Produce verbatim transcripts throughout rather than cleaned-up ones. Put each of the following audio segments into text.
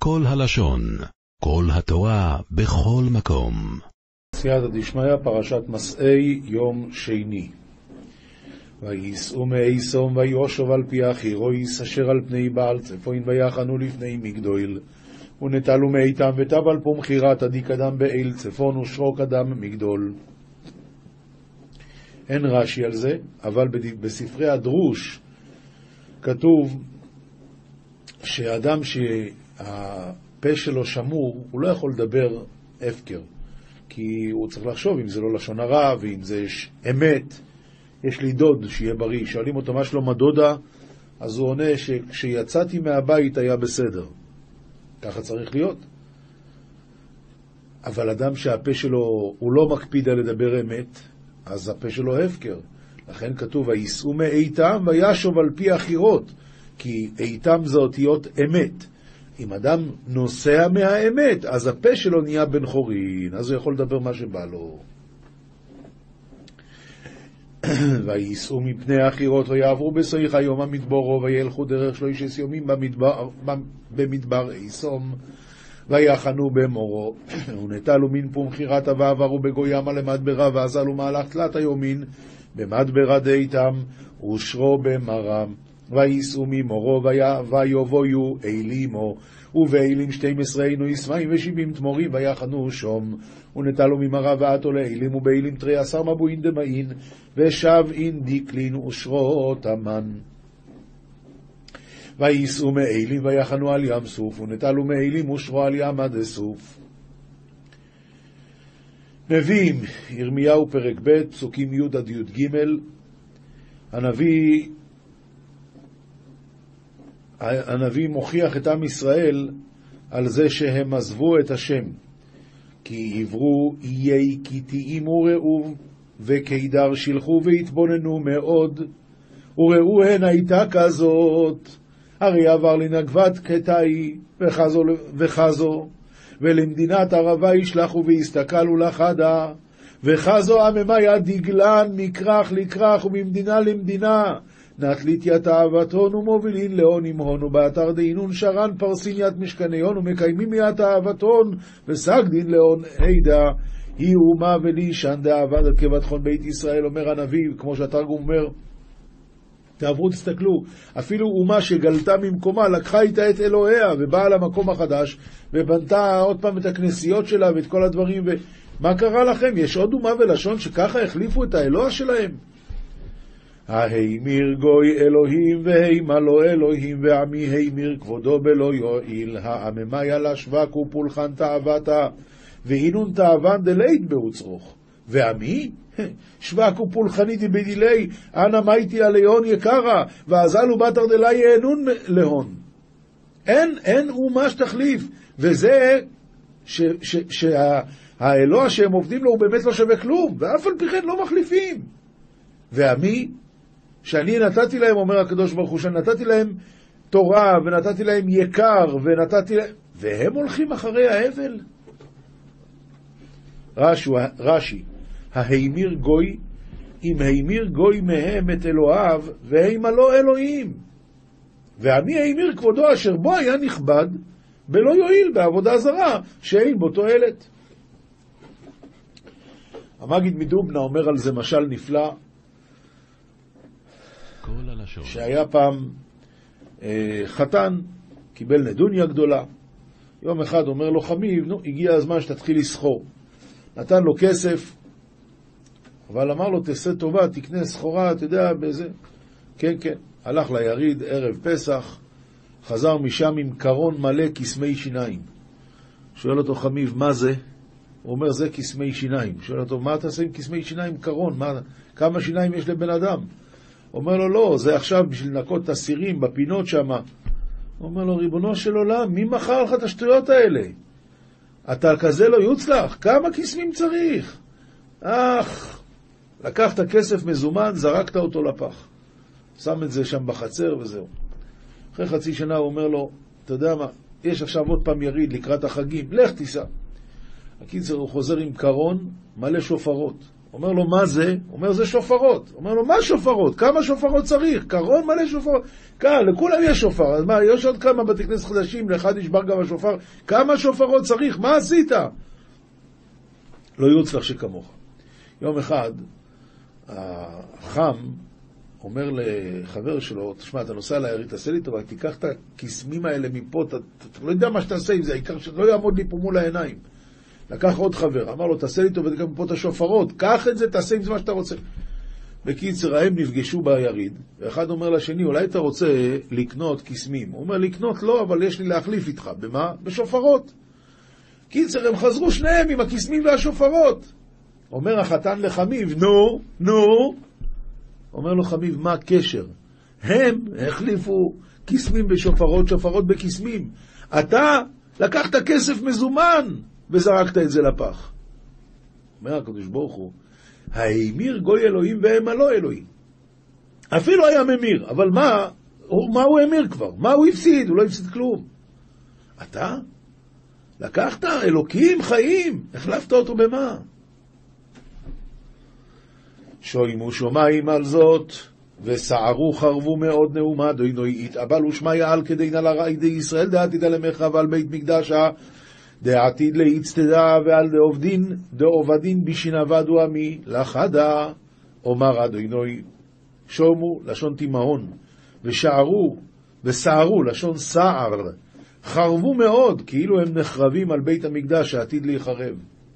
כל הלשון, כל התורה, בכל מקום. סייעתא דשמיא, פרשת מסעי, יום שני. וייסעו מאי סום ויושב על פי אחירויס אשר על פני בעל צפוין ויחנו לפני מגדול ונטלו מאיתם וטבל פום חירת עדיק אדם באל צפון ושרוק אדם מגדול. אין רש"י על זה, אבל בספרי הדרוש כתוב שאדם שהפה שלו שמור הוא לא יכול לדבר הפקר, כי הוא צריך לחשוב אם זה לא לשון הרע ואם זה אמת. יש לי דוד שיהיה בריא, שואלים אותו מה שלום הדודה, אז הוא עונה שכשיצאתי מהבית היה בסדר. ככה צריך להיות. אבל אדם שהפה שלו הוא לא מקפיד על לדבר אמת, אז הפה שלו הפקר. לכן כתוב וייסעו מאיתם וישוב על פי אחירות, כי איתם זה אותיות אמת. אם אדם נוסע מהאמת, אז הפה שלו נהיה בן חורין, אז הוא יכול לדבר מה שבא לו. וייסעו מפני אחירות ויעברו בסויך יום המדברו וילכו דרך שלוש יומים במדבר, במדבר איסום ויחנו במורו ונטלו מן פום חירתה ועברו בגוימה למדברה ועזלו מהלך תלת היומין במדברה דייתם ושרו במרם וייסעו ממורו ויובויו אלימו ובאלים שתים עשרה אינו ישמעים ושבעים תמורים ויחנו שום ונטלו ממרה ועתו לאלים ובאלים תרי עשר מבוין דמאין ושב אין דיקלין ושרו תמן וייסעו מאלים ויחנו על ים סוף ונטלו מאלים ושרו על ים עד סוף. נביאים, ירמיהו פרק ב' פסוקים י' עד י' ג'. הנביא הנביא מוכיח את עם ישראל על זה שהם עזבו את השם, כי עברו איי כי תאימו ראו וקידר שילחו והתבוננו מאוד וראו הן הייתה כזאת הרי עבר לנגבת קטעי וחזו, וחזו ולמדינת ערבה ישלחו והסתכלו לחדה וחזו עממה יד דגלן מכרך לכרך וממדינה למדינה נטלית ית אהבתון ומובילין לאון עם הון ובאתר דינון שרן פרסין ית משכניון ומקיימים ית אהבתון וסגדין לאון הידה היא אומה ולישן דאבד על כבתחון בית ישראל. אומר הנביא, כמו שהתרגום אומר, תעברו תסתכלו, אפילו אומה שגלתה ממקומה לקחה איתה את אלוהיה ובאה למקום החדש ובנתה עוד פעם את הכנסיות שלה ואת כל הדברים. ומה קרה לכם? יש עוד אומה ולשון שככה החליפו את האלוה שלהם? ההימיר גוי אלוהים והימה לא אלוהים ועמי הימיר כבודו בלא יועיל העממה ילה שבק ופולחן תאוותה והינון תאוון דלית באוצרוך ועמי שבק ופולחני דבדילי אנה מייתי עליון יקרה ועזלו בתר דלי יענון להון. אין, אין אומה שתחליף, וזה שהאלוה שהם עובדים לו הוא באמת לא שווה כלום ואף על פי כן לא מחליפים. ועמי שאני נתתי להם, אומר הקדוש ברוך הוא, שאני נתתי להם תורה ונתתי להם יקר ונתתי להם, והם הולכים אחרי האבל. רש"י, רש"י, ההימיר גוי, אם הימיר גוי מהם את אלוהיו והימה לא אלוהים, ועמי הימיר כבודו אשר בו היה נכבד בלא יועיל בעבודה זרה שאין בו תועלת. המגיד מדובנה אומר על זה משל נפלא, שהיה פעם אה, חתן, קיבל נדוניה גדולה. יום אחד אומר לו חמיב, נו, הגיע הזמן שתתחיל לסחור. נתן לו כסף, אבל אמר לו, תעשה טובה, תקנה סחורה, אתה יודע, באיזה... כן, כן. הלך ליריד, ערב פסח, חזר משם עם קרון מלא כסמי שיניים. שואל אותו חמיב, מה זה? הוא אומר, זה כסמי שיניים. שואל אותו, מה אתה עושה עם כסמי שיניים? קרון, מה... כמה שיניים יש לבן אדם? אומר לו, לא, זה עכשיו בשביל לנקות את הסירים בפינות שם. הוא אומר לו, ריבונו של עולם, מי מכר לך את השטויות האלה? אתה כזה לא יוצלח, כמה כסמים צריך? אך, לקחת כסף מזומן, זרקת אותו לפח. שם את זה שם בחצר וזהו. אחרי חצי שנה הוא אומר לו, אתה יודע מה, יש עכשיו עוד פעם יריד לקראת החגים, לך תיסע. הקיצר הוא חוזר עם קרון מלא שופרות. אומר לו, מה זה? אומר, זה שופרות. אומר לו, מה שופרות? כמה שופרות צריך? קרון מלא שופרות. כאן, לכולם יש שופר. אז מה, יש עוד כמה בתי כנסת חדשים, לאחד נשבר גם השופר. כמה שופרות צריך? מה עשית? לא יוצלח שכמוך. יום אחד, החם אומר לחבר שלו, תשמע, אתה נוסע ליריד, תעשה לי טובה, תיקח את הכסמים האלה מפה, אתה, אתה לא יודע מה שתעשה עם זה, העיקר שלא יעמוד לי פה מול העיניים. לקח עוד חבר, אמר לו, תעשה לי טובה, תיקח מפה את השופרות, קח את זה, תעשה עם זה מה שאתה רוצה. בקיצר, הם נפגשו ביריד, ואחד אומר לשני, אולי אתה רוצה לקנות כסמים? הוא אומר, לקנות לא, אבל יש לי להחליף איתך. במה? בשופרות. קיצר, הם חזרו שניהם עם הכסמים והשופרות. אומר החתן לחמיב, נו, נו. אומר לו חמיב, מה הקשר? הם החליפו כסמים בשופרות, שופרות בכסמים. אתה לקחת כסף מזומן וזרקת את זה לפח. אומר הקדוש ברוך הוא, האמיר גוי אלוהים והם הלא אלוהים. אפילו היה ממיר, אבל מה, מה הוא אמיר כבר? מה הוא הפסיד? הוא לא הפסיד כלום. אתה לקחת אלוקים חיים, החלפת אותו במה? שוימו שומיים על זאת, וסערו חרבו מאוד נאומה, דוי נוי התאבלו שמיה על כדי נלה ראי די ישראל, דעתיד על המרחב על בית מקדשה, דעתיד להצטדה ועל דעובדין, דעובדין בשינבדו עמי, לחדה, אומר אדוי נוי, שומו, לשון תימהון, ושערו, וסערו, לשון סער, חרבו מאוד, כאילו הם נחרבים על בית המקדש שעתיד להיחרב.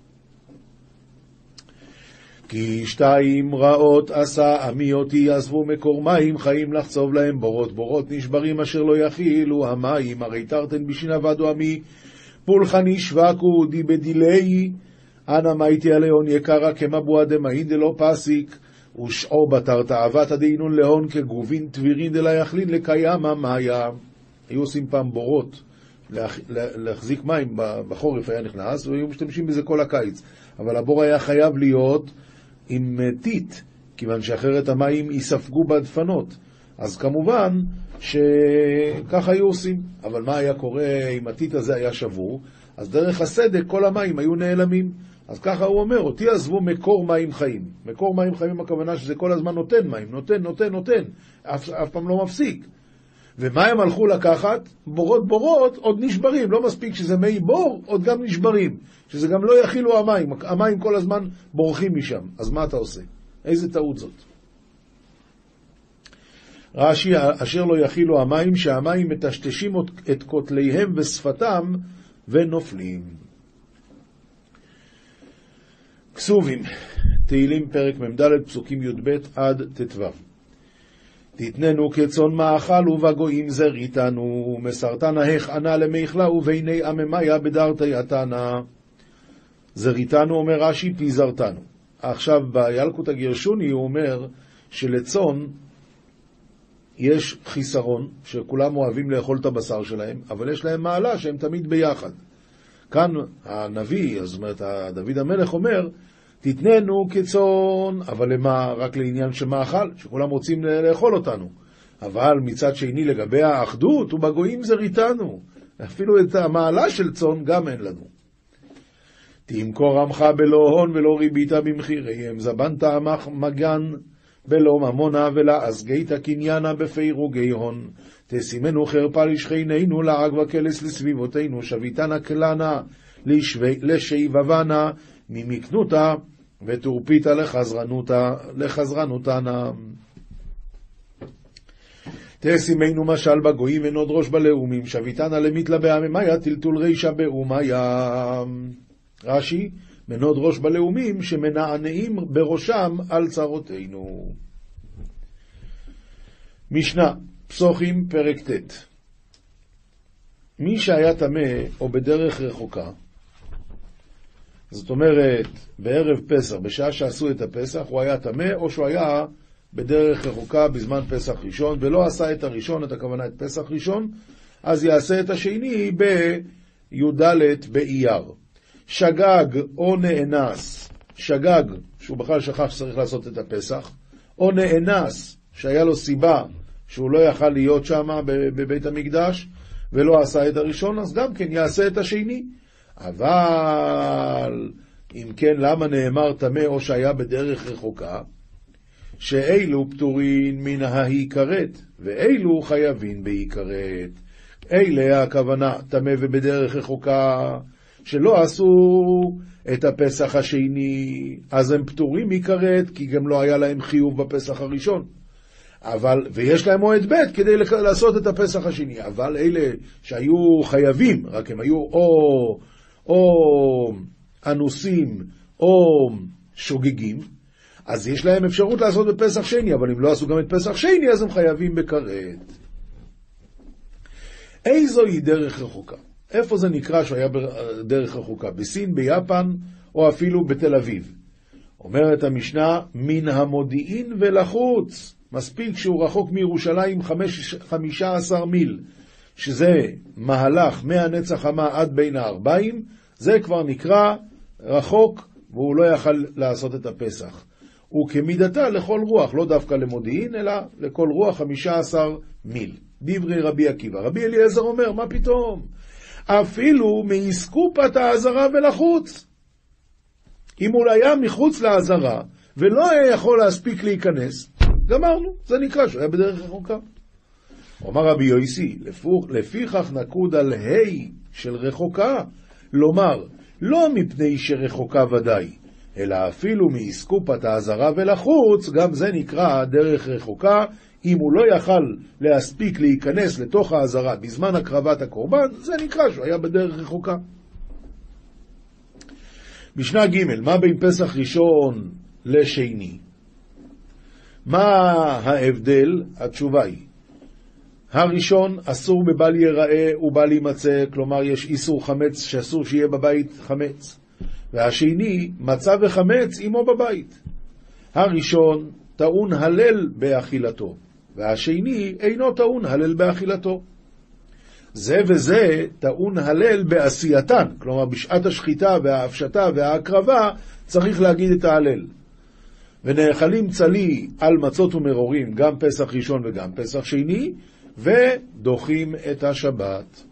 כי שתיים רעות עשה עמי אותי, יעזבו מקור מים חיים לחצוב להם, בורות בורות נשברים אשר לא יכילו המים, הרי תרתן בשינבדו עמי, פולחן ישווקו די בדילי, אנא מייתי עליון יקרה כמבוע דמאין דלא פסיק, ושעו בתרת אהבת הדינון להון כגובין תבירין דלה יכלין לקיימה מאיה. היו עושים פעם בורות להח... להחזיק מים בחורף, היה נכנס והיו משתמשים בזה כל הקיץ, אבל הבור היה חייב להיות עם טיט, כיוון שאחרת המים יספגו בדפנות. אז כמובן שככה היו עושים. אבל מה היה קורה אם הטיט הזה היה שבור? אז דרך הסדק כל המים היו נעלמים. אז ככה הוא אומר, אותי עזבו מקור מים חיים. מקור מים חיים הכוונה שזה כל הזמן נותן מים, נותן, נותן, נותן. אף, אף פעם לא מפסיק. ומה הם הלכו לקחת? בורות בורות עוד נשברים. לא מספיק שזה מי בור, עוד גם נשברים. שזה גם לא יכילו המים. המים כל הזמן בורחים משם. אז מה אתה עושה? איזה טעות זאת? רש"י, אשר לא יכילו המים, שהמים מטשטשים את כותליהם ושפתם ונופלים. כסובים, תהילים פרק ממדלת, פסוקים י"ב עד ט"ו. תתננו כצאן מאכל ובגויים זריתנו, מסרתנה הכענה למכלה וביני עממיה בדרתי עתנה. זריתנו אומר רש"י, פיזרתנו. עכשיו בילקוט הגרשוני הוא אומר שלצאן יש חיסרון, שכולם אוהבים לאכול את הבשר שלהם, אבל יש להם מעלה שהם תמיד ביחד. כאן הנביא, זאת אומרת, דוד המלך אומר, תתננו כצאן, אבל למה? רק לעניין שמאכל, שכולם רוצים לאכול אותנו. אבל מצד שני לגבי האחדות, ובגויים זריתנו. אפילו את המעלה של צאן גם אין לנו. תמכור עמך בלא הון ולא ריבית במחיריהם, זבנת עמך מגן בלא ממונה ולעזגית קניינה בפירוגי הון. תשימנו חרפה לשכנינו לעג וקלס לסביבותינו, שביתנה כלנה לשייבבנה ממקנותה ותורפיתה לחזרנותה לחזרנותנה. תשימנו משל בגויים ונוד ראש בלאומים, שביתנה למתלה בעממיה טלטול רישה באומיה. רש"י, מנוד ראש בלאומים שמנענעים בראשם על צרותינו. משנה, פסוחים פרק ט'. מי שהיה טמא או בדרך רחוקה, זאת אומרת בערב פסח, בשעה שעשו את הפסח, הוא היה טמא או שהוא היה בדרך רחוקה בזמן פסח ראשון ולא עשה את הראשון, את הכוונה את פסח ראשון, אז יעשה את השני בי"ד באייר. שגג או נאנס, שגג שהוא בכלל שכח שצריך לעשות את הפסח, או נאנס שהיה לו סיבה שהוא לא יכל להיות שם בבית המקדש ולא עשה את הראשון, אז גם כן יעשה את השני. אבל אם כן, למה נאמר טמא או שהיה בדרך רחוקה? שאילו פטורין מן ההיכרת, ואילו חייבים בהיכרת. אלה הכוונה, טמא ובדרך רחוקה, שלא עשו את הפסח השני, אז הם פטורים מכרת, כי גם לא היה להם חיוב בפסח הראשון. אבל, ויש להם מועד ב' כדי לעשות את הפסח השני, אבל אלה שהיו חייבים, רק הם היו או, או אנוסים או שוגגים, אז יש להם אפשרות לעשות בפסח שני, אבל אם לא עשו גם את פסח שני, אז הם חייבים בכרת. איזוהי דרך רחוקה? איפה זה נקרא שהיה בדרך רחוקה? בסין, ביפן, או אפילו בתל אביב? אומרת המשנה, מן המודיעין ולחוץ. מספיק שהוא רחוק מירושלים חמש, חמישה עשר מיל, שזה מהלך מהנץ חמה עד בין הארבעים, זה כבר נקרא רחוק, והוא לא יכל לעשות את הפסח. וכמידתה לכל רוח, לא דווקא למודיעין, אלא לכל רוח חמישה עשר מיל. דברי רבי עקיבא. רבי אליעזר אומר, מה פתאום? אפילו מאסקופת העזרה ולחוץ. אם הוא היה מחוץ לעזרה, ולא היה יכול להספיק להיכנס, גמרנו, זה נקרא שהוא היה בדרך רחוקה. אומר רבי יויסי, לפיכך נקוד על ה' של רחוקה, לומר, לא מפני שרחוקה ודאי, אלא אפילו מאסקופת העזרה ולחוץ, גם זה נקרא דרך רחוקה. אם הוא לא יכל להספיק להיכנס לתוך העזרה בזמן הקרבת הקורבן, זה נקרא שהוא היה בדרך רחוקה. משנה ג', מה בין פסח ראשון לשני? מה ההבדל? התשובה היא, הראשון אסור בבל ייראה ובל יימצא, כלומר יש איסור חמץ שאסור שיהיה בבית חמץ, והשני מצא וחמץ עמו בבית. הראשון טעון הלל באכילתו, והשני אינו טעון הלל באכילתו. זה וזה טעון הלל בעשייתן, כלומר בשעת השחיטה וההפשטה וההקרבה צריך להגיד את ההלל. ונאכלים צלי על מצות ומרורים, גם פסח ראשון וגם פסח שני, ודוחים את השבת.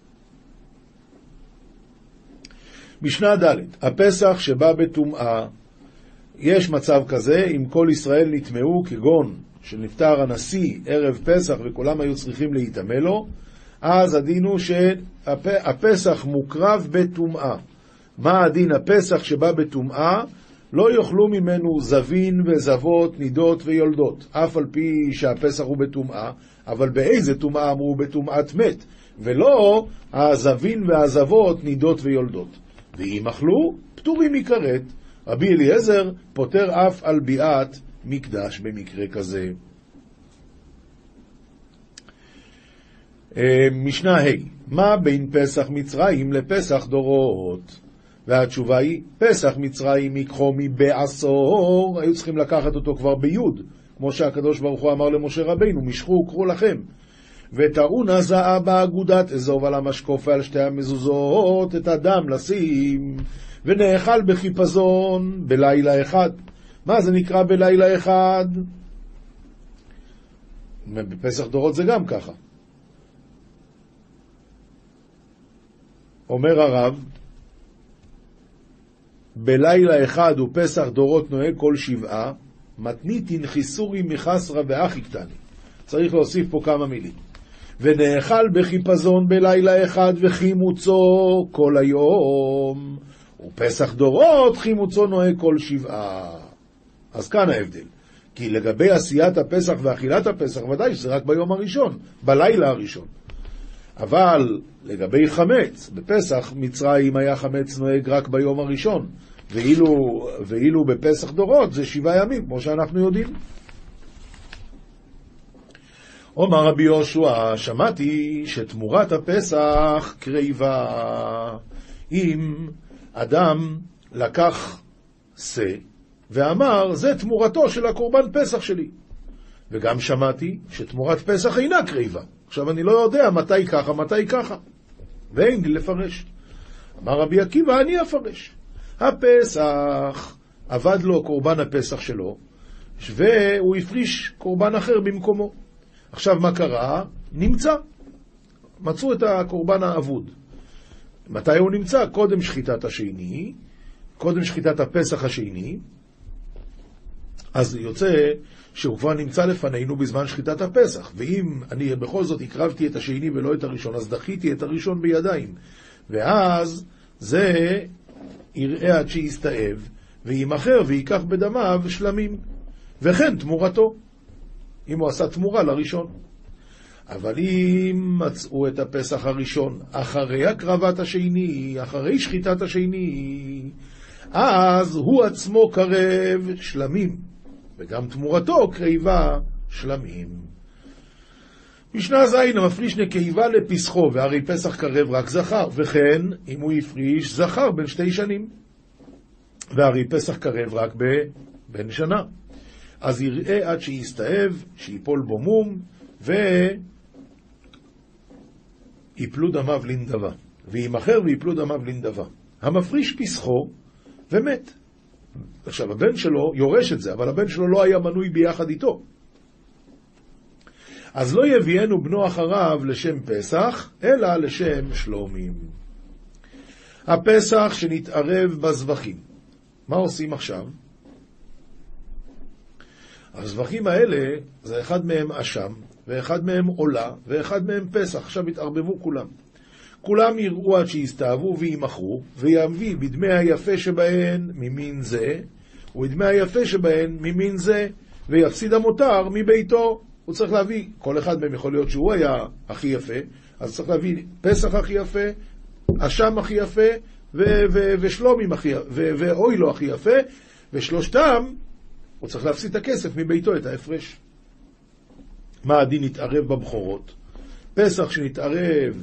משנה ד', הפסח שבא בטומאה. יש מצב כזה, אם כל ישראל נטמעו, כגון שנפטר הנשיא ערב פסח וכולם היו צריכים להיטמא לו, אז הדין הוא שהפסח מוקרב בטומאה. מה הדין? הפסח שבא בטומאה, לא יאכלו ממנו זבין וזבות, נידות ויולדות, אף על פי שהפסח הוא בטומאה, אבל באיזה טומאה אמרו? בטומאת מת, ולא הזבין והזבות, נידות ויולדות. ואם אכלו, פטורים מכרת. רבי אליעזר פותר אף על ביאת מקדש במקרה כזה. משנה ה', מה בין פסח מצרים לפסח דורות? והתשובה היא, פסח מצרים יקחו מבעשור, היו צריכים לקחת אותו כבר ביוד, כמו שהקדוש ברוך הוא אמר למשה רבינו, משכו וקחו לכם. וטעון הזעה באגודת, אזוב על המשקוף ועל שתי המזוזות, את הדם לשים, ונאכל בחיפזון בלילה אחד. מה זה נקרא בלילה אחד? בפסח דורות זה גם ככה. אומר הרב, בלילה אחד ופסח דורות נוהג כל שבעה, מתניתין חיסורי מחסרה ואחי קטני. צריך להוסיף פה כמה מילים. ונאכל בחיפזון בלילה אחד וחימוצו כל היום, ופסח דורות חימוצו נוהג כל שבעה. אז כאן ההבדל. כי לגבי עשיית הפסח ואכילת הפסח, ודאי שזה רק ביום הראשון, בלילה הראשון. אבל לגבי חמץ, בפסח מצרים היה חמץ נוהג רק ביום הראשון, ואילו, ואילו בפסח דורות זה שבעה ימים, כמו שאנחנו יודעים. אומר רבי יהושע, שמעתי שתמורת הפסח קריבה. אם אדם לקח שא ואמר, זה תמורתו של הקורבן פסח שלי. וגם שמעתי שתמורת פסח אינה קריבה. עכשיו אני לא יודע מתי ככה, מתי ככה. ואין לי לפרש. אמר רבי עקיבא, אני אפרש. הפסח עבד לו קורבן הפסח שלו, והוא הפריש קורבן אחר במקומו. עכשיו מה קרה? נמצא. מצאו את הקורבן האבוד. מתי הוא נמצא? קודם שחיטת השני, קודם שחיטת הפסח השני, אז יוצא שהוא כבר נמצא לפנינו בזמן שחיטת הפסח. ואם אני בכל זאת הקרבתי את השני ולא את הראשון, אז דחיתי את הראשון בידיים. ואז זה יראה עד שיסתאב, וימחר ויקח בדמיו שלמים. וכן תמורתו, אם הוא עשה תמורה לראשון. אבל אם מצאו את הפסח הראשון אחרי הקרבת השני, אחרי שחיטת השני, אז הוא עצמו קרב שלמים, וגם תמורתו קריבה שלמים. משנה זין, המפריש נקבה לפסחו, והרי פסח קרב רק זכר, וכן אם הוא הפריש זכר בין שתי שנים, והרי פסח קרב רק בין שנה. אז יראה עד שיסתאב, שיפול בו מום, ויפלו דמיו לנדבה, וימחר ויפלו דמיו לנדבה. המפריש פסחו ומת. עכשיו, הבן שלו יורש את זה, אבל הבן שלו לא היה מנוי ביחד איתו. אז לא יביאנו בנו אחריו לשם פסח, אלא לשם שלומים. הפסח שנתערב בזבחים. מה עושים עכשיו? הזבחים האלה, זה אחד מהם אשם, ואחד מהם עולה, ואחד מהם פסח. עכשיו התערבבו כולם. כולם יראו עד שיסתאבו וימחרו, ויביא בדמי היפה שבהן ממין זה, ובדמי היפה שבהן ממין זה, ויפסיד המותר מביתו. הוא צריך להביא, כל אחד מהם יכול להיות שהוא היה הכי יפה, אז צריך להביא פסח הכי יפה, אשם הכי יפה, ו- ו- ושלומים הכי יפה, ו- ואוי לו הכי יפה, ושלושתם, הוא צריך להפסיד את הכסף מביתו, את ההפרש. מה הדין נתערב בבחורות? פסח שנתערב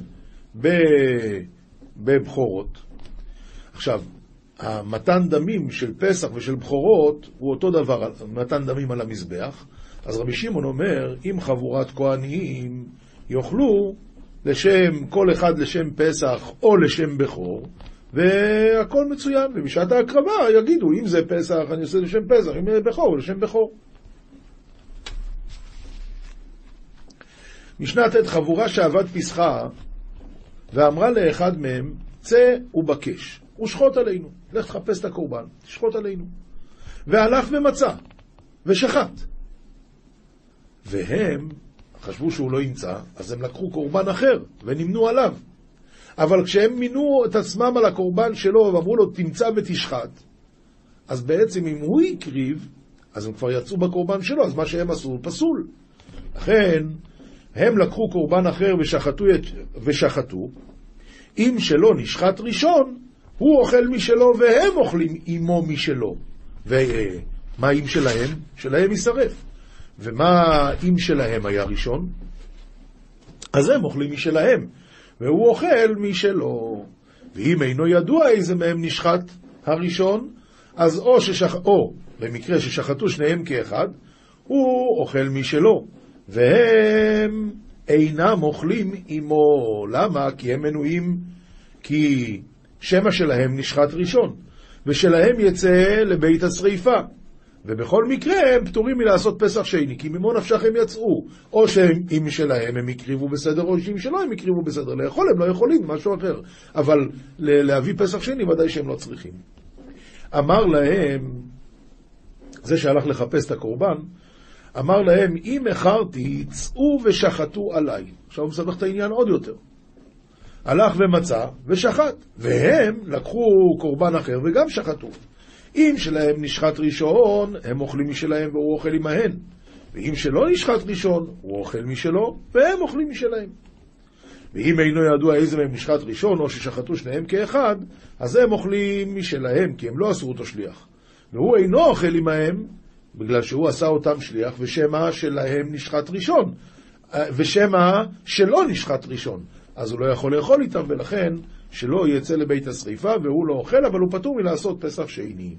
בבחורות. עכשיו, המתן דמים של פסח ושל בחורות הוא אותו דבר, מתן דמים על המזבח. אז רבי שמעון אומר, אם חבורת כהנים יאכלו לשם, כל אחד לשם פסח או לשם בחור, והכל מצוין, ובשעת ההקרבה יגידו, אם זה פסח אני עושה לשם פסח, אם זה בחור לשם בחור. משנת עת חבורה שעבד פסחה ואמרה לאחד מהם, צא ובקש, ושחוט עלינו, לך תחפש את הקורבן, תשחוט עלינו. והלך ומצא, ושחט. והם חשבו שהוא לא ימצא, אז הם לקחו קורבן אחר, ונמנו עליו. אבל כשהם מינו את עצמם על הקורבן שלו, ואמרו לו, תמצא ותשחט, אז בעצם אם הוא יקריב, אז הם כבר יצאו בקורבן שלו, אז מה שהם עשו פסול. לכן, הם לקחו קורבן אחר ושחטו, ושחטו. אם שלו נשחט ראשון, הוא אוכל משלו והם אוכלים עמו משלו. ומה אם שלהם? שלהם יישרף. ומה אם שלהם היה ראשון? אז הם אוכלים משלהם, והוא אוכל משלו. ואם אינו ידוע איזה מהם נשחט הראשון, אז או, ששח... או במקרה ששחטו שניהם כאחד, הוא אוכל משלו. והם אינם אוכלים עמו. למה? כי הם מנויים, כי שמא שלהם נשחט ראשון, ושלהם יצא לבית השריפה. ובכל מקרה הם פטורים מלעשות פסח שני, כי ממו נפשך הם יצאו. או שאם שלהם הם יקריבו בסדר, או שאם שלא הם יקריבו בסדר. לאכול הם לא יכולים, משהו אחר. אבל להביא פסח שני ודאי שהם לא צריכים. אמר להם, זה שהלך לחפש את הקורבן, אמר להם, אם אחרתי, צאו ושחטו עליי. עכשיו הוא מסבך את העניין עוד יותר. הלך ומצא ושחט, והם לקחו קורבן אחר וגם שחטו. אם שלהם נשחט ראשון, הם אוכלים משלהם והוא אוכל עמהן. ואם שלא נשחט ראשון, הוא אוכל משלו והם אוכלים משלהם. ואם אינו ידוע איזה מהם נשחט ראשון, או ששחטו שניהם כאחד, אז הם אוכלים משלהם, כי הם לא עשו אותו שליח. והוא אינו אוכל עמהם, בגלל שהוא עשה אותם שליח, ושמה שלהם נשחט ראשון, ושמה שלא נשחט ראשון. אז הוא לא יכול לאכול איתם, ולכן שלא יצא לבית השריפה, והוא לא אוכל, אבל הוא פטור מלעשות פסח שני.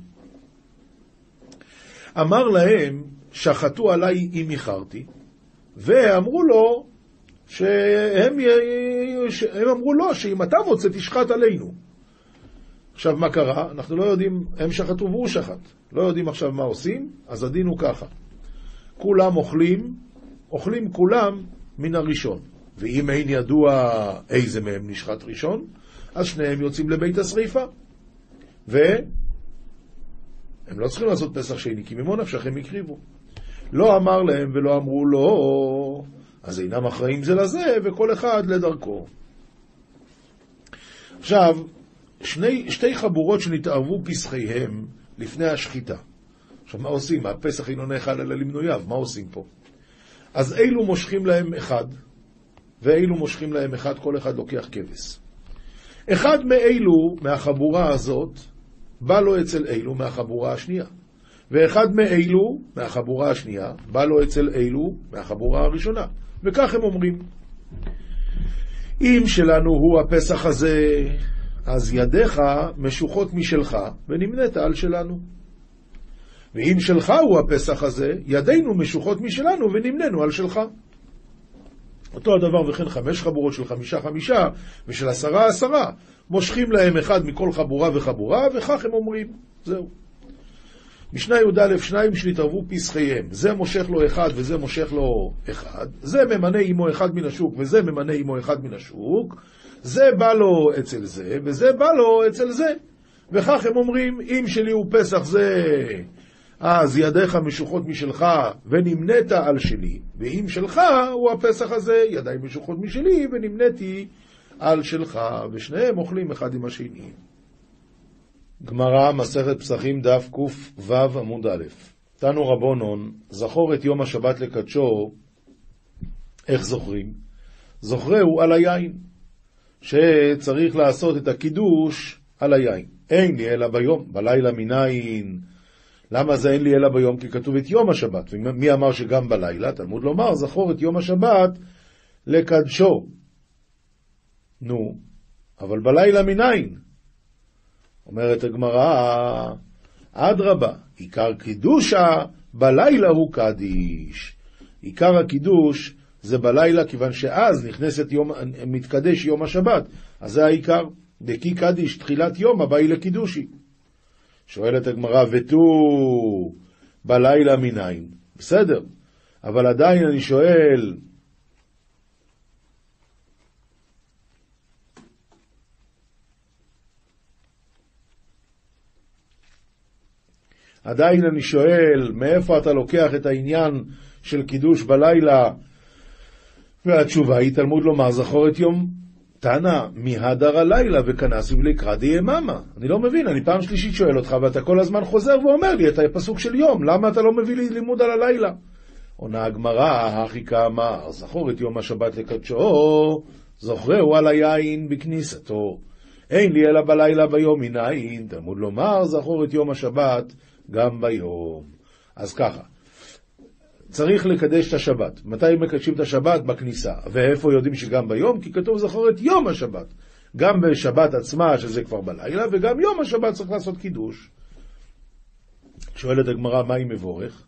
אמר להם, שחטו עליי אם איחרתי, ואמרו לו, שהם הם אמרו לו, שאם אתה רוצה תשחט עלינו. עכשיו מה קרה? אנחנו לא יודעים, הם שחטו והוא שחט. לא יודעים עכשיו מה עושים, אז הדין הוא ככה. כולם אוכלים, אוכלים כולם מן הראשון. ואם אין ידוע איזה מהם נשחט ראשון, אז שניהם יוצאים לבית השריפה. הם לא צריכים לעשות פסח שני, כי ממו נפשכם הקריבו. לא אמר להם ולא אמרו לו, אז אינם אחראים זה לזה, וכל אחד לדרכו. עכשיו, שני, שתי חבורות שנתערבו פסחיהם לפני השחיטה. עכשיו, מה עושים? הפסח אינו נאכל אלא למנוייו, מה עושים פה? אז אילו מושכים להם אחד, ואילו מושכים להם אחד, כל אחד לוקח כבש. אחד מאילו, מהחבורה הזאת, בא לו אצל אילו מהחבורה השנייה. ואחד מאילו, מהחבורה השנייה, בא לו אצל אילו, מהחבורה הראשונה. וכך הם אומרים. אם שלנו הוא הפסח הזה, אז ידיך משוכות משלך, ונמנית על שלנו. ואם שלך הוא הפסח הזה, ידינו משוכות משלנו, ונמננו על שלך. אותו הדבר וכן חמש חבורות של חמישה חמישה, ושל עשרה עשרה, מושכים להם אחד מכל חבורה וחבורה, וכך הם אומרים. זהו. משנה י"א, שניים שנתערבו פסחיהם, זה מושך לו אחד וזה מושך לו אחד, זה ממנה עמו אחד מן השוק וזה ממנה עמו אחד מן השוק, זה בא לו אצל זה וזה בא לו אצל זה. וכך הם אומרים, אם שלי הוא פסח זה, אז ידיך משוכות משלך ונמנית על שלי, ואם שלך הוא הפסח הזה, ידיי משוכות משלי ונמניתי על שלך, ושניהם אוכלים אחד עם השני. גמרא, מסכת פסחים, דף ק"ו עמוד א'. תנו רבונון, זכור את יום השבת לקדשו. איך זוכרים? זוכרהו על היין, שצריך לעשות את הקידוש על היין. אין לי אלא ביום, בלילה מניין. למה זה אין לי אלא ביום? כי כתוב את יום השבת. ומי אמר שגם בלילה? תלמוד לומר, זכור את יום השבת לקדשו. נו, אבל בלילה מניין. אומרת הגמרא, אדרבה, עיקר קידושה בלילה הוא קדיש. עיקר הקידוש זה בלילה, כיוון שאז נכנסת יום, מתקדש יום השבת. אז זה העיקר. דקי קדיש תחילת יום הבאי לקידושי. שואלת הגמרא, ותו בלילה מניין. בסדר, אבל עדיין אני שואל, עדיין אני שואל, מאיפה אתה לוקח את העניין של קידוש בלילה? והתשובה היא, תלמוד לומר, זכור את יום תנא מהדר הלילה וכנסים לקרא דיממה. אני לא מבין, אני פעם שלישית שואל אותך, ואתה כל הזמן חוזר ואומר לי, אתה פסוק של יום, למה אתה לא מביא לי לימוד על הלילה? עונה הגמרא, הכי כאמר, זכור את יום השבת לקדשו, זוכרהו על היין בכניסתו. אין לי אלא בלילה ביום מניין, תלמוד לומר, זכור את יום השבת גם ביום. אז ככה, צריך לקדש את השבת. מתי מקדשים את השבת? בכניסה. ואיפה יודעים שגם ביום? כי כתוב זכור את יום השבת. גם בשבת עצמה, שזה כבר בלילה, וגם יום השבת צריך לעשות קידוש. שואלת הגמרא, מה היא מבורך?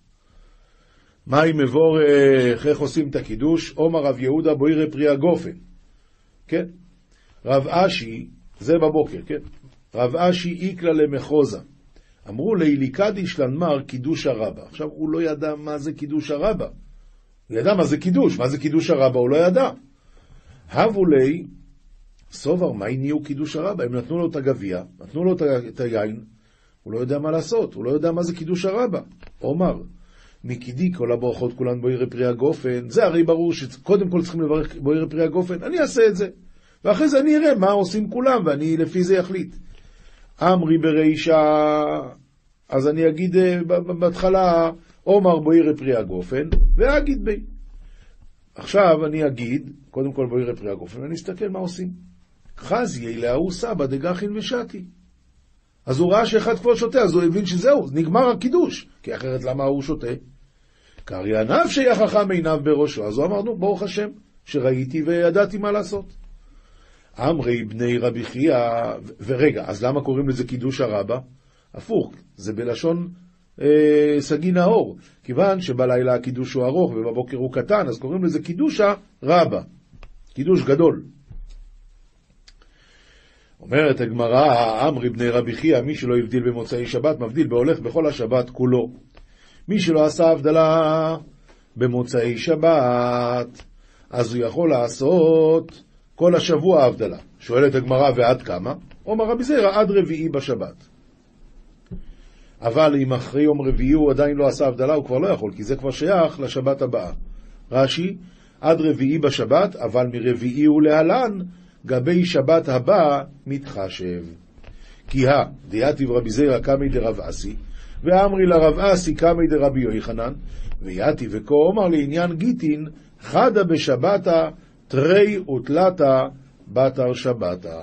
מה היא מבורך? איך עושים את הקידוש? אומר רב יהודה בוירי פרי הגופן. כן? רב אשי, זה בבוקר, כן? רב אשי איקלה למחוזה. אמרו לילי קדיש לנמר קידוש הרבה. עכשיו הוא לא ידע מה זה קידוש הרבה. הוא ידע מה זה קידוש. מה זה קידוש הרבה? הוא לא ידע. הבו לי, סובר, מה הניעו קידוש הרבה? הם נתנו לו את הגביע, נתנו לו את היין, הוא לא יודע מה לעשות, הוא לא יודע מה זה קידוש הרבה. אומר, מקידי כל הברכות כולן בוירי פרי הגופן, זה הרי ברור שקודם כל צריכים לברך בוירי פרי הגופן, אני אעשה את זה. ואחרי זה אני אראה מה עושים כולם, ואני לפי זה יחליט. אמרי ברישה, אז אני אגיד בהתחלה, אומר בוירי פרי הגופן, ואגיד בי. עכשיו אני אגיד, קודם כל בוירי פרי הגופן, ואני אסתכל מה עושים. חזי אלהו סבא דגחין ושתי. אז הוא ראה שאחד כבר שותה, אז הוא הבין שזהו, נגמר הקידוש. כי אחרת למה הוא שותה? קרי ענב שיחכם עיניו בראשו. אז הוא אמרנו, ברוך השם, שראיתי וידעתי מה לעשות. אמרי בני רבי חייא, ורגע, אז למה קוראים לזה קידוש הרבה? הפוך, זה בלשון אה, סגי נאור. כיוון שבלילה הקידוש הוא ארוך ובבוקר הוא קטן, אז קוראים לזה קידוש הרבה. קידוש גדול. אומרת הגמרא, אמרי בני רבי חייא, מי שלא הבדיל במוצאי שבת, מבדיל בהולך בכל השבת כולו. מי שלא עשה הבדלה במוצאי שבת, אז הוא יכול לעשות כל השבוע הבדלה. שואלת הגמרא, ועד כמה? אומר רבי זירא, עד רביעי בשבת. אבל אם אחרי יום רביעי הוא עדיין לא עשה הבדלה, הוא כבר לא יכול, כי זה כבר שייך לשבת הבאה. רש"י, עד רביעי בשבת, אבל מרביעי ולהלן, גבי שבת הבאה מתחשב. כי הא, דייתיב רבי זירא קמי דרב אסי, ואמרי לרב אסי קמי דרבי יוחנן, ויתי וכה אומר לעניין גיטין, חדה בשבתה, תרי ותלתה, בתר שבתה.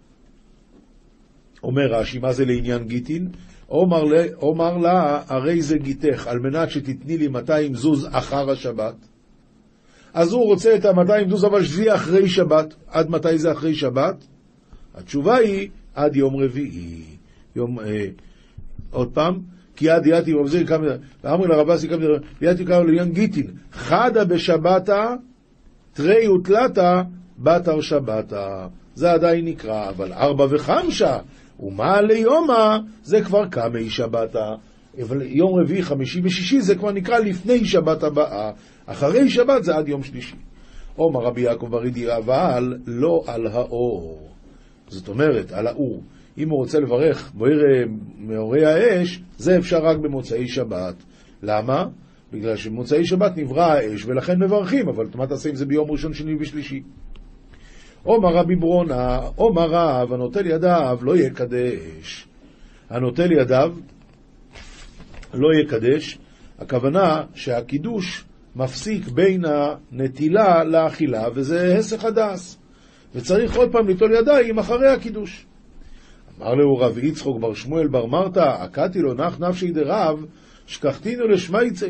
אומר רש"י, מה זה לעניין גיטין? אומר, לה, אומר לה, הרי זה גיתך, על מנת שתתני לי מאתיים זוז אחר השבת. אז הוא רוצה את ה-מאתיים זוז, אבל שזה יהיה אחרי שבת. עד מתי זה אחרי שבת? התשובה היא, עד יום רביעי. יום, אה, עוד פעם, כי עד יתי רב זירא קמי, ואמרי לרב אסי קמי, ויתי קמי לעניין גיטין, חדה בשבתה, תרי ותלתה, בתר שבתה. זה עדיין נקרא, אבל ארבע וחמשה, ומה ליומה, זה כבר קמי שבתה. אבל יום רביעי, חמישי ושישי, זה כבר נקרא לפני שבת הבאה. אחרי שבת זה עד יום שלישי. אומר רבי יעקב ברידי, אבל לא על האור. זאת אומרת, על האור. אם הוא רוצה לברך בוער מאורי האש, זה אפשר רק במוצאי שבת. למה? בגלל שבמוצאי שבת נברא האש, ולכן מברכים, אבל מה תעשה אם זה ביום ראשון, שני ושלישי? אומר רבי ברונה, אומר רב, הנוטל ידיו לא יקדש. הנוטל ידיו לא יקדש, הכוונה שהקידוש מפסיק בין הנטילה לאכילה, וזה הסך הדס. וצריך עוד פעם ליטול ידיים אחרי הקידוש. אמר לו רב יצחוק בר שמואל בר מרתא, עקתי לו נח נפשי דרב, שכחתינו לשמייצי.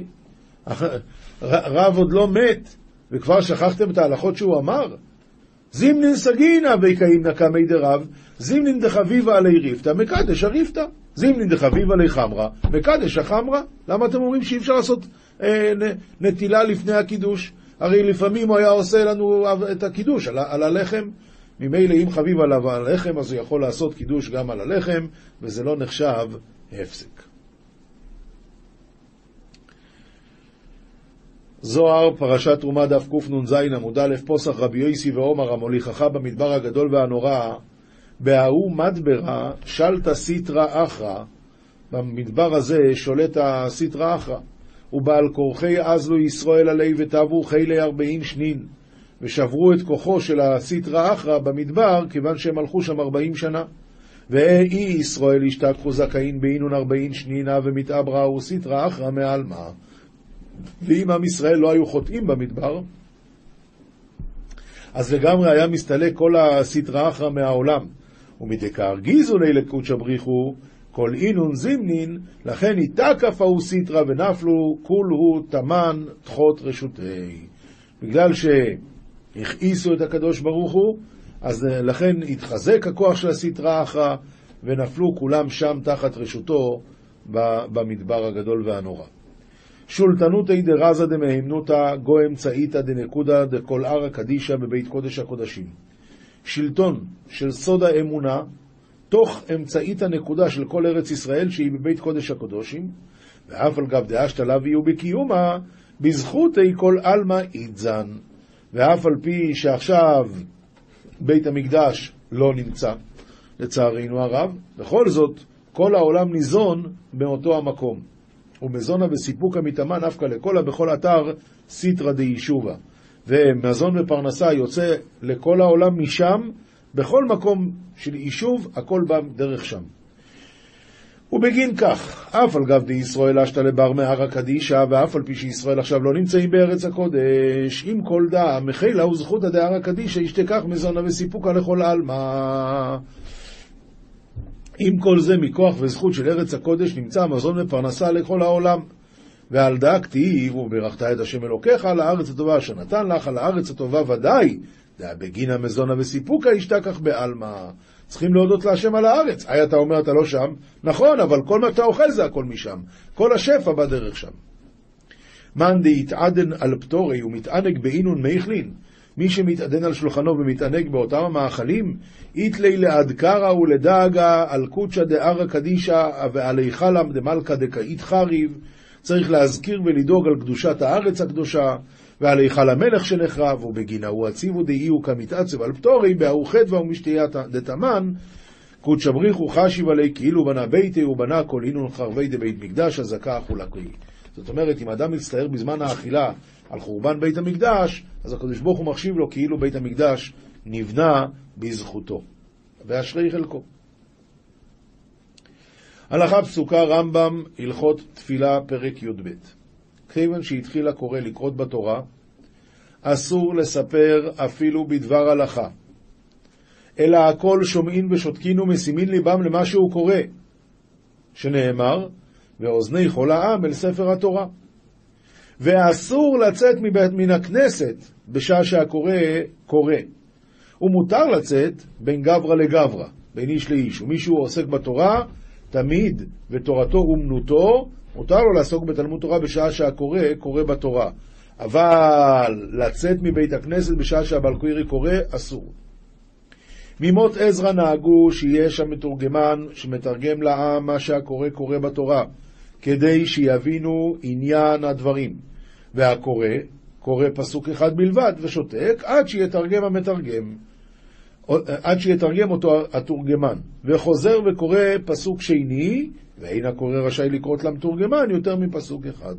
רב עוד לא מת, וכבר שכחתם את ההלכות שהוא אמר? זימנין סגינה ויקאים נקמי דרב, זימנין דחביבה עלי ריפתא, מקדש הריפתא. זימנין דחביבה עלי חמרה, מקדש החמרה. למה אתם אומרים שאי אפשר לעשות אה, נטילה לפני הקידוש? הרי לפעמים הוא היה עושה לנו את הקידוש על, על הלחם. ממילא אם חביב עליו על הלחם, אז הוא יכול לעשות קידוש גם על הלחם, וזה לא נחשב הפסק. זוהר, פרשת תרומה דף קנ"ז עמוד א', פוסח רבי יוסי ועומר המוליכך במדבר הגדול והנורא, בהוא מדברה שלטה סיטרא אחרא, במדבר הזה שולט הסיטרא אחרא, ובעל כורחי עזלו ישראל עלי ותעבו חילי ארבעים שנין, ושברו את כוחו של הסיטרא אחרא במדבר, כיוון שהם הלכו שם ארבעים שנה. ואי ישראל השתכחו זכאים באינון ארבעים שנינה, ומתעברה הוא סיטרא אחרא מעלמא. ואם עם ישראל לא היו חוטאים במדבר, אז לגמרי היה מסתלק כל הסיטרא אחרא מהעולם. ומדקה הרגיזו לילה קודשא בריחו, כל אינון זימנין, לכן התקף ההוא סיטרא ונפלו, כולהו תמן תחות רשותי. בגלל שהכעיסו את הקדוש ברוך הוא, אז לכן התחזק הכוח של הסיטרא אחרא, ונפלו כולם שם תחת רשותו במדבר הגדול והנורא. שולטנותא דרזא דמהימנותא גו אמצעיתא דנקודא דכל ערא קדישא בבית קודש הקודשים. שלטון של סוד האמונה, תוך אמצעית הנקודה של כל ארץ ישראל שהיא בבית קודש הקודשים, ואף על גב דאשתא לאו בקיומה, בזכותי כל עלמא איתזן. ואף על פי שעכשיו בית המקדש לא נמצא, לצערנו הרב, בכל זאת כל העולם ניזון מאותו המקום. ומזונה וסיפוק המתאמה נפקא לכל בכל אתר סיטרא דיישובה. ומזון ופרנסה יוצא לכל העולם משם, בכל מקום של יישוב, הכל בא דרך שם. ובגין כך, אף על גב די ישראל אשתא לבר מערא קדישא, ואף על פי שישראל עכשיו לא נמצאים בארץ הקודש, עם כל דא מחילה וזכותא דערא קדישא ישתכח מזונה וסיפוקא לכל עלמא. עם כל זה מכוח וזכות של ארץ הקודש נמצא מזון ופרנסה לכל העולם. ועל דא כתיב וברכת את השם אלוקיך על הארץ הטובה אשר נתן לך, על הארץ הטובה ודאי דא בגין המזונה וסיפוקא ישתכח בעלמא. צריכים להודות להשם על הארץ. היי, אתה אומר אתה לא שם, נכון, אבל כל מה שאתה אוכל זה הכל משם, כל השפע בדרך שם. מאן דהתעדן על פטורי ומתענג באינון מייכלין, מי שמתעדן על שולחנו ומתענג באותם המאכלים, איתלי להדקרא ולדאגה על קודשא דערא קדישא ועלי חלם דמלכא דקאית חריב. צריך להזכיר ולדאוג על קדושת הארץ הקדושה ועל היכל המלך שנחרב, ובגינה הוא הציבו דאיהו כמתעצב על פטורי בהאו חדווה ומשתיית דתמן, קודש בריחו חשיב עלי כאילו בנה ביתי ובנה כל אינון חרבי דבית מקדש הזכה חולקי. זאת אומרת, אם אדם מצטער בזמן האכילה על חורבן בית המקדש, אז הקדוש ברוך הוא מחשיב לו כאילו בית המקדש נבנה בזכותו. ואשרי חלקו. הלכה פסוקה רמב"ם הלכות תפילה פרק י"ב. כיוון שהתחיל הקורא לקרות בתורה, אסור לספר אפילו בדבר הלכה, אלא הכל שומעים ושותקין ומשימין ליבם למה שהוא קורא, שנאמר, ואוזני כל העם אל ספר התורה. ואסור לצאת מבית מן הכנסת בשעה שהקורא קורא. ומותר לצאת בין גברא לגברא, בין איש לאיש. ומישהו עוסק בתורה, תמיד ותורתו אומנותו, מותר לו לעסוק בתלמוד תורה בשעה שהקורא קורא בתורה. אבל לצאת מבית הכנסת בשעה שהבעל קורא קורא, אסור. ממות עזרא נהגו שיש שם מתורגמן שמתרגם לעם מה שהקורא קורא בתורה, כדי שיבינו עניין הדברים. והקורא קורא פסוק אחד בלבד ושותק עד שיתרגם המתרגם, עד שיתרגם אותו התורגמן, וחוזר וקורא פסוק שני, ואין הקורא רשאי לקרות למתורגמן יותר מפסוק אחד.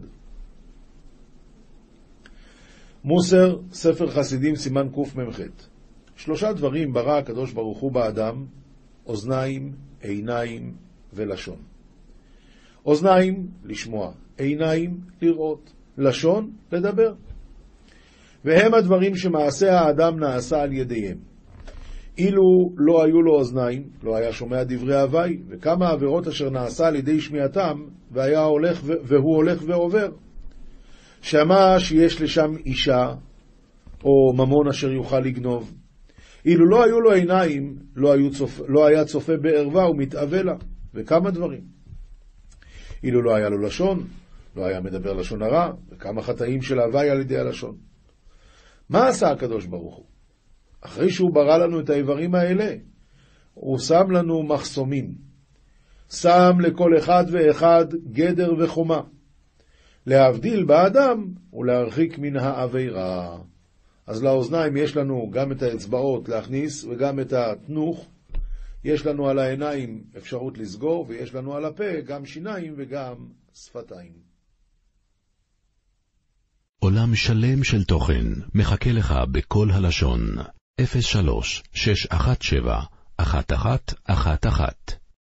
מוסר, ספר חסידים, סימן קמ"ח. שלושה דברים ברא הקדוש ברוך הוא באדם: אוזניים, עיניים ולשון. אוזניים, לשמוע, עיניים, לראות, לשון, לדבר. והם הדברים שמעשה האדם נעשה על ידיהם. אילו לא היו לו אוזניים, לא היה שומע דברי הווי, וכמה עבירות אשר נעשה על ידי שמיעתם, והיה הולך ו... והוא הולך ועובר. שמע שיש לשם אישה, או ממון אשר יוכל לגנוב. אילו לא היו לו עיניים, לא, היו צופ... לא היה צופה בערווה ומתאווה לה, וכמה דברים. אילו לא היה לו לשון, לא היה מדבר לשון הרע, וכמה חטאים של הווי על ידי הלשון. מה עשה הקדוש ברוך הוא? אחרי שהוא ברא לנו את האיברים האלה, הוא שם לנו מחסומים. שם לכל אחד ואחד גדר וחומה. להבדיל באדם ולהרחיק מן העבירה. אז לאוזניים יש לנו גם את האצבעות להכניס וגם את התנוך. יש לנו על העיניים אפשרות לסגור, ויש לנו על הפה גם שיניים וגם שפתיים. עולם שלם של תוכן מחכה לך בכל הלשון. אפס שלוש שש אחת שבע אחת אחת אחת אחת